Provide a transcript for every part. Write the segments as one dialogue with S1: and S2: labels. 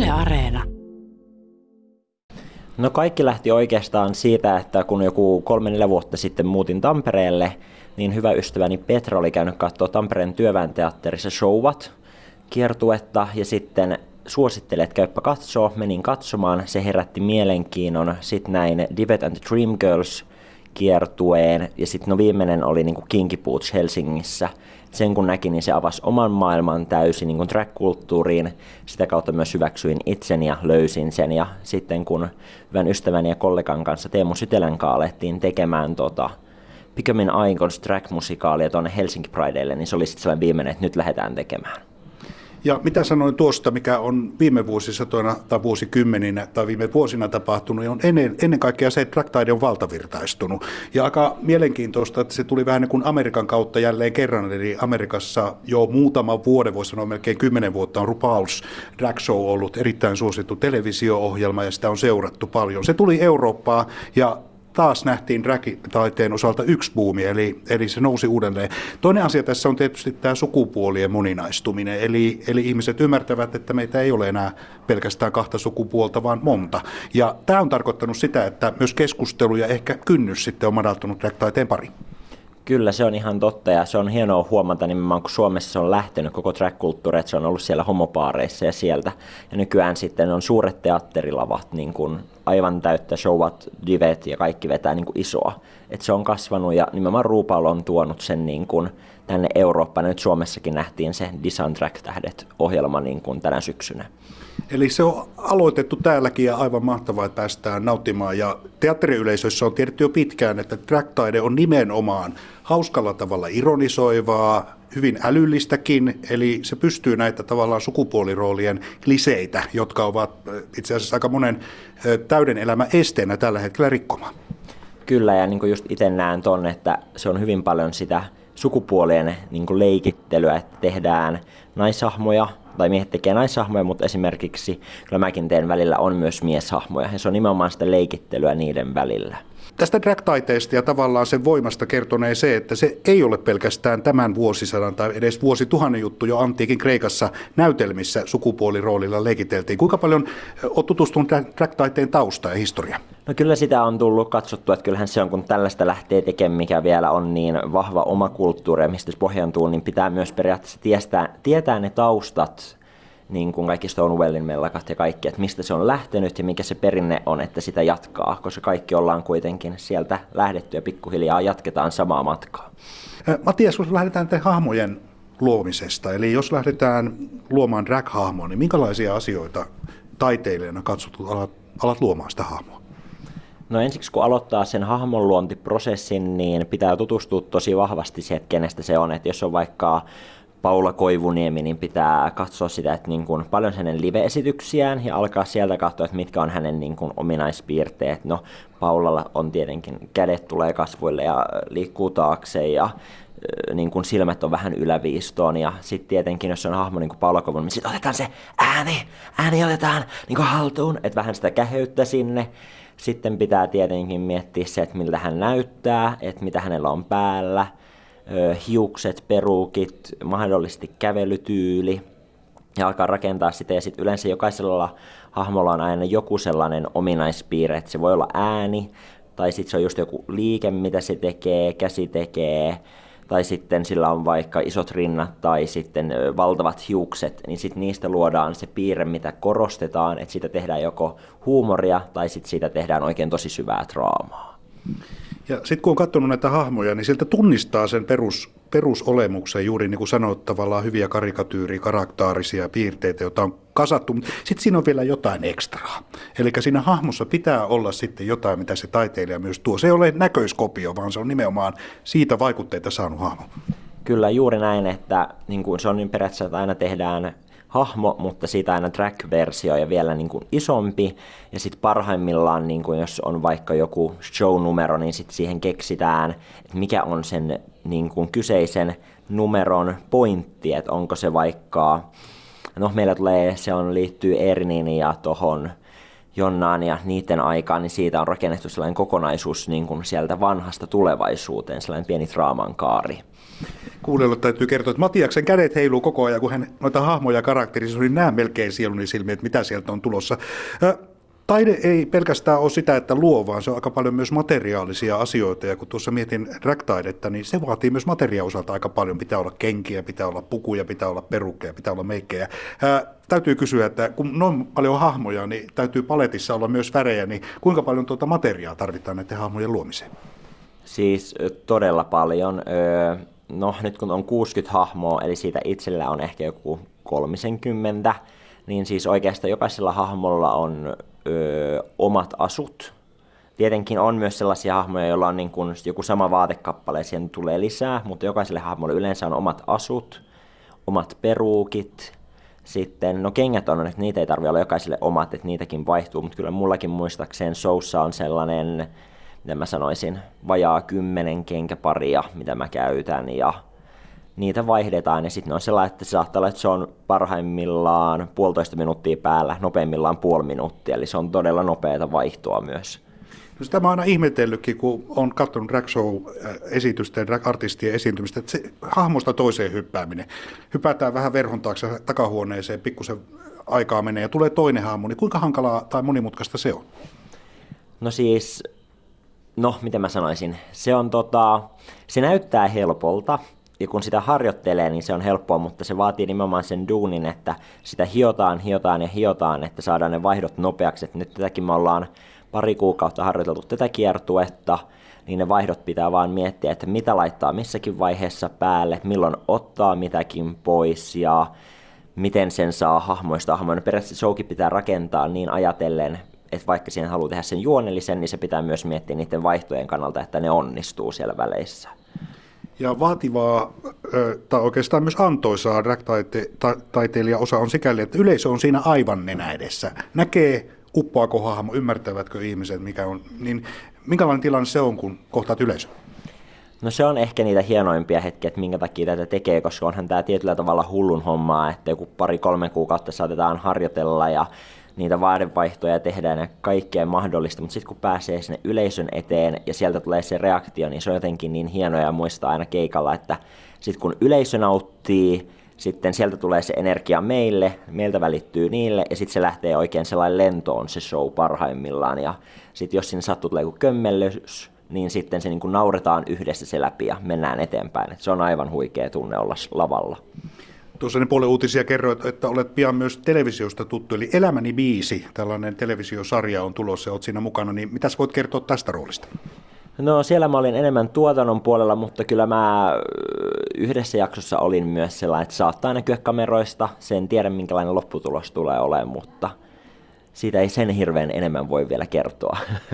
S1: Yle Areena.
S2: No kaikki lähti oikeastaan siitä, että kun joku 3-4 vuotta sitten muutin Tampereelle, niin hyvä ystäväni Petra oli käynyt katsoa Tampereen Työväen Teatterissa Showat kiertuetta ja sitten suositteli, että käyppä katsoo. Menin katsomaan, se herätti mielenkiinnon. Sitten näin Divet and the Dreamgirls kiertueen ja sitten viimeinen oli niin kuin Kinky Boots Helsingissä. Sen kun näki, niin se avasi oman maailman täysin niin kuin drag-kulttuuriin. Sitä kautta myös hyväksyin itseni ja löysin sen. Ja sitten kun hyvän ystäväni ja kollegan kanssa Teemu Sytelän kanssa alettiin tekemään Becoming Icons drag-musikaalia tuonne Helsinki Prideille, niin se oli sitten sellainen viimeinen, että nyt lähdetään tekemään.
S3: Ja mitä sanoin tuosta, mikä on viime vuosisatoina tai vuosikymmeninä tai viime vuosina tapahtunut, on ennen kaikkea se, että drag-taide on valtavirtaistunut. Ja aika mielenkiintoista, että se tuli vähän niin kuin Amerikan kautta jälleen kerran, eli Amerikassa jo muutama vuoden, voisi sanoa melkein 10 vuotta, on RuPaul's Drag Show ollut erittäin suosittu televisio-ohjelma ja sitä on seurattu paljon. Se tuli Eurooppaan ja taas nähtiin drag-taiteen osalta yksi buumi, eli se nousi uudelleen. Toinen asia tässä on tietysti tämä sukupuolien moninaistuminen, eli ihmiset ymmärtävät, että meitä ei ole enää pelkästään 2 sukupuolta, vaan monta. Ja tämä on tarkoittanut sitä, että myös keskustelu ja ehkä kynnys sitten on madaltunut drag-taiteen pariin.
S2: Kyllä, se on ihan totta ja se on hienoa huomata nimenomaan, kun Suomessa on lähtenyt koko drag-kulttuuri, että se on ollut siellä homopaareissa ja sieltä. Ja nykyään sitten on suuret teatterilavat, niin kuin aivan täyttä showat, divet ja kaikki vetää niin kuin isoa. Että se on kasvanut ja nimenomaan RuPaul on tuonut sen niin kuin tänne Eurooppaan. Nyt Suomessakin nähtiin se Design Drag-tähdet-ohjelma niin kuin tänä syksynä.
S3: Eli se on aloitettu täälläkin ja aivan mahtavaa, että päästään nauttimaan. Ja teatteriyleisöissä on tiedetty jo pitkään, että drag-taide on nimenomaan hauskalla tavalla ironisoivaa, hyvin älyllistäkin, eli se pystyy näitä tavallaan sukupuoliroolien kliseitä, jotka ovat itse asiassa aika monen täyden elämän esteenä tällä hetkellä rikkomaan.
S2: Kyllä, ja niin kuin just itse näen ton, että se on hyvin paljon sitä sukupuolien niin kuin leikittelyä, että tehdään naishahmoja, tai miehet tekee naishahmoja, mutta esimerkiksi kyllä mäkin teen välillä on myös mieshahmoja, ja se on nimenomaan sitä leikittelyä niiden välillä.
S3: Tästä drag-taiteesta ja tavallaan sen voimasta kertonee se, että se ei ole pelkästään tämän vuosisadan tai edes vuosituhannen juttu. Jo antiikin Kreikassa näytelmissä sukupuoliroolilla leikiteltiin. Kuinka paljon olet tutustunut drag-taiteen taustaan ja historiaan?
S2: No kyllä sitä on tullut katsottua, että kyllähän se on, kun tällaista lähtee tekemään, mikä vielä on niin vahva oma kulttuuri, mistä se pohjaantuu, niin pitää myös periaatteessa tietää ne taustat, niin kuin kaikki Stonewallin mellakat ja kaikki, että mistä se on lähtenyt ja mikä se perinne on, että sitä jatkaa, koska kaikki ollaan kuitenkin sieltä lähdetty ja pikkuhiljaa jatketaan samaa matkaa.
S3: Matias, jos lähdetään hahmojen luomisesta, eli jos lähdetään luomaan drag-hahmoa, niin minkälaisia asioita taiteilijana katsottu alat luomaan sitä hahmoa?
S2: No ensiksi kun aloittaa sen hahmonluontiprosessin, niin pitää tutustua tosi vahvasti siihen, että kenestä se on. Että jos on vaikka Paula Koivuniemi, niin pitää katsoa sitä, että niin kuin paljon hänen live-esityksiään ja alkaa sieltä katsoa, että mitkä on hänen niin kuin ominaispiirteet. No, Paulalla on tietenkin kädet tulee kasvoille ja liikkuu taakse ja niin kuin silmät on vähän yläviistoon ja sitten tietenkin, jos on hahmo niin kuin Paula Koivuniemi, niin sitten otetaan se ääni otetaan niin kuin haltuun, että vähän sitä käheyttä sinne. Sitten pitää tietenkin miettiä se, että miltä hän näyttää, että mitä hänellä on päällä. Hiukset, peruukit, mahdollisesti kävelytyyli ja alkaa rakentaa sitä ja sitten yleensä jokaisella hahmolla on aina joku sellainen ominaispiirre, että se voi olla ääni tai sitten se on just joku liike, mitä se tekee, käsi tekee tai sitten sillä on vaikka isot rinnat tai sitten valtavat hiukset, niin sitten niistä luodaan se piirre, mitä korostetaan, että siitä tehdään joko huumoria tai sitten siitä tehdään oikein tosi syvää draamaa.
S3: Ja sitten kun on katsonut näitä hahmoja, niin sieltä tunnistaa sen perusolemuksen juuri niin kuin sanoit, tavallaan hyviä karikatyyriä, karaktaarisia piirteitä, joita on kasattu. Sitten siinä on vielä jotain ekstraa. Eli siinä hahmossa pitää olla sitten jotain, mitä se taiteilija myös tuo. Se ei ole näköiskopio, vaan se on nimenomaan siitä vaikutteita saanut hahmo.
S2: Kyllä juuri näin, että niin kuin se on niin periaatteessa, että aina tehdään hahmo, mutta siitä aina drag-versio ja vielä niin kuin isompi. Ja sitten parhaimmillaan, niin kuin jos on vaikka joku show-numero, niin sitten siihen keksitään, että mikä on sen niin kuin kyseisen numeron pointti, että onko se vaikka, no meillä tulee, liittyy Erniin ja tohon Jonnaan ja niiden aikaan, niin siitä on rakennettu sellainen kokonaisuus niin kuin sieltä vanhasta tulevaisuuteen, sellainen pieni draaman kaari.
S3: Kuulijoille täytyy kertoa, että Matiaksen kädet heiluu koko ajan, kun hän noita hahmoja ja karakterissa, niin näe melkein sieluni silmiin, että mitä sieltä on tulossa. Taide ei pelkästään ole sitä, että luo, vaan se on aika paljon myös materiaalisia asioita. Ja kun tuossa mietin drag-taidetta, niin se vaatii myös materiaaliosalta aika paljon. Pitää olla kenkiä, pitää olla pukuja, pitää olla perukkeja, pitää olla meikkejä. Täytyy kysyä, että kun noin paljon hahmoja, niin täytyy paletissa olla myös värejä, niin kuinka paljon tuota materiaa tarvitaan näiden hahmojen luomiseen?
S2: Siis todella paljon. No nyt kun on 60 hahmoa, eli siitä itsellä on ehkä joku 30, niin siis oikeastaan jokaisella hahmolla on omat asut. Tietenkin on myös sellaisia hahmoja, joilla on niin kuin joku sama vaatekappale, siihen tulee lisää, mutta jokaiselle hahmolle yleensä on omat asut, omat peruukit. Sitten, no kengät on, että niitä ei tarvitse olla jokaiselle omat, että niitäkin vaihtuu, mutta kyllä mullakin muistaakseen showssa on sellainen, miten mä sanoisin, vajaa 10 kenkäparia, mitä mä käytän, ja niitä vaihdetaan, ja sitten on sellainen, että se saattaa olla, että se on parhaimmillaan 1,5 minuuttia päällä, nopeimmillaan 0,5 minuuttia, eli se on todella nopeata vaihtoa myös.
S3: No sitä mä oon aina ihmetellytkin, kun on katsonut drag show-esitystä ja drag-artistien esiintymistä, että se hahmosta toiseen hyppääminen. Hypätään vähän verhon taakse takahuoneeseen, pikkusen aikaa menee ja tulee toinen hahmo, niin kuinka hankalaa tai monimutkaista se on?
S2: No siis, miten mä sanoisin, se näyttää helpolta, ja kun sitä harjoittelee, niin se on helppoa, mutta se vaatii nimenomaan sen duunin, että sitä hiotaan, että saadaan ne vaihdot nopeaksi. Et nyt tätäkin me ollaan 2 kuukautta harjoiteltu tätä kiertuetta, niin ne vaihdot pitää vaan miettiä, että mitä laittaa missäkin vaiheessa päälle, milloin ottaa mitäkin pois ja miten sen saa hahmoista hahmoina. Periaatteessa showkin pitää rakentaa niin ajatellen, että vaikka siihen haluaa tehdä sen juonellisen, niin se pitää myös miettiä niiden vaihtojen kannalta, että ne onnistuu siellä väleissä.
S3: Ja vaativaa, tai oikeastaan myös antoisaa drag-taiteilijaosa on sikäli, että yleisö on siinä aivan nenä edessä. Näkee, uppoako hahmo, ymmärtävätkö ihmiset, mikä on, niin minkälainen tilanne se on, kun kohtaat yleisö?
S2: No se on ehkä niitä hienoimpia hetkiä, että minkä takia tätä tekee, koska onhan tämä tietyllä tavalla hullun hommaa, että joku 2-3 kuukautta saatetaan harjoitella ja niitä vaadevaihtoja tehdään ja kaikkea mahdollista, mutta sitten kun pääsee sinne yleisön eteen ja sieltä tulee se reaktio, niin se on jotenkin niin hienoa ja muistaa aina keikalla, että sitten kun yleisö nauttii, sitten sieltä tulee se energia meille, meiltä välittyy niille ja sitten se lähtee oikein sellainen lentoon se show parhaimmillaan ja sitten jos sinne sattuu tulee joku kömmellys, niin sitten se niin kuin nauretaan yhdessä se läpi ja mennään eteenpäin. Et se on aivan huikea tunne olla lavalla.
S3: Tuossa puolen uutisia kerroit, että olet pian myös televisiosta tuttu, eli Elämäni biisi, tällainen televisiosarja on tulossa ja olet siinä mukana, niin mitäs voit kertoa tästä roolista?
S2: No siellä mä olin enemmän tuotannon puolella, mutta kyllä mä yhdessä jaksossa olin myös sellainen, että saattaa näkyä kameroista, sen tiedä minkälainen lopputulos tulee olemaan, mutta siitä ei sen hirveän enemmän voi vielä kertoa.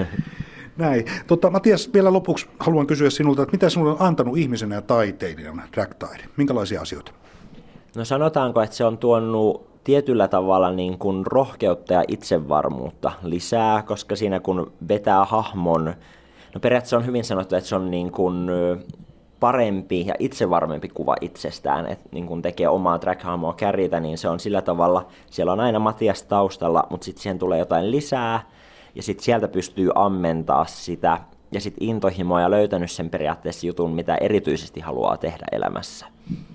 S3: Näin. Matias, vielä lopuksi haluan kysyä sinulta, että mitä sinulle on antanut ihmisenä ja taiteilijana drag-taide? Minkälaisia asioita?
S2: No sanotaanko, että se on tuonut tietyllä tavalla niin kuin rohkeutta ja itsevarmuutta lisää, koska siinä kun vetää hahmon, no periaatteessa on hyvin sanottu, että se on niin kuin parempi ja itsevarmempi kuva itsestään, että niin kun tekee omaa drag-hahmoa kärjitä, niin se on sillä tavalla, siellä on aina Matias taustalla, mutta sitten siihen tulee jotain lisää, ja sitten sieltä pystyy ammentaa sitä, ja sitten intohimoa ja löytänyt sen periaatteessa jutun, mitä erityisesti haluaa tehdä elämässä.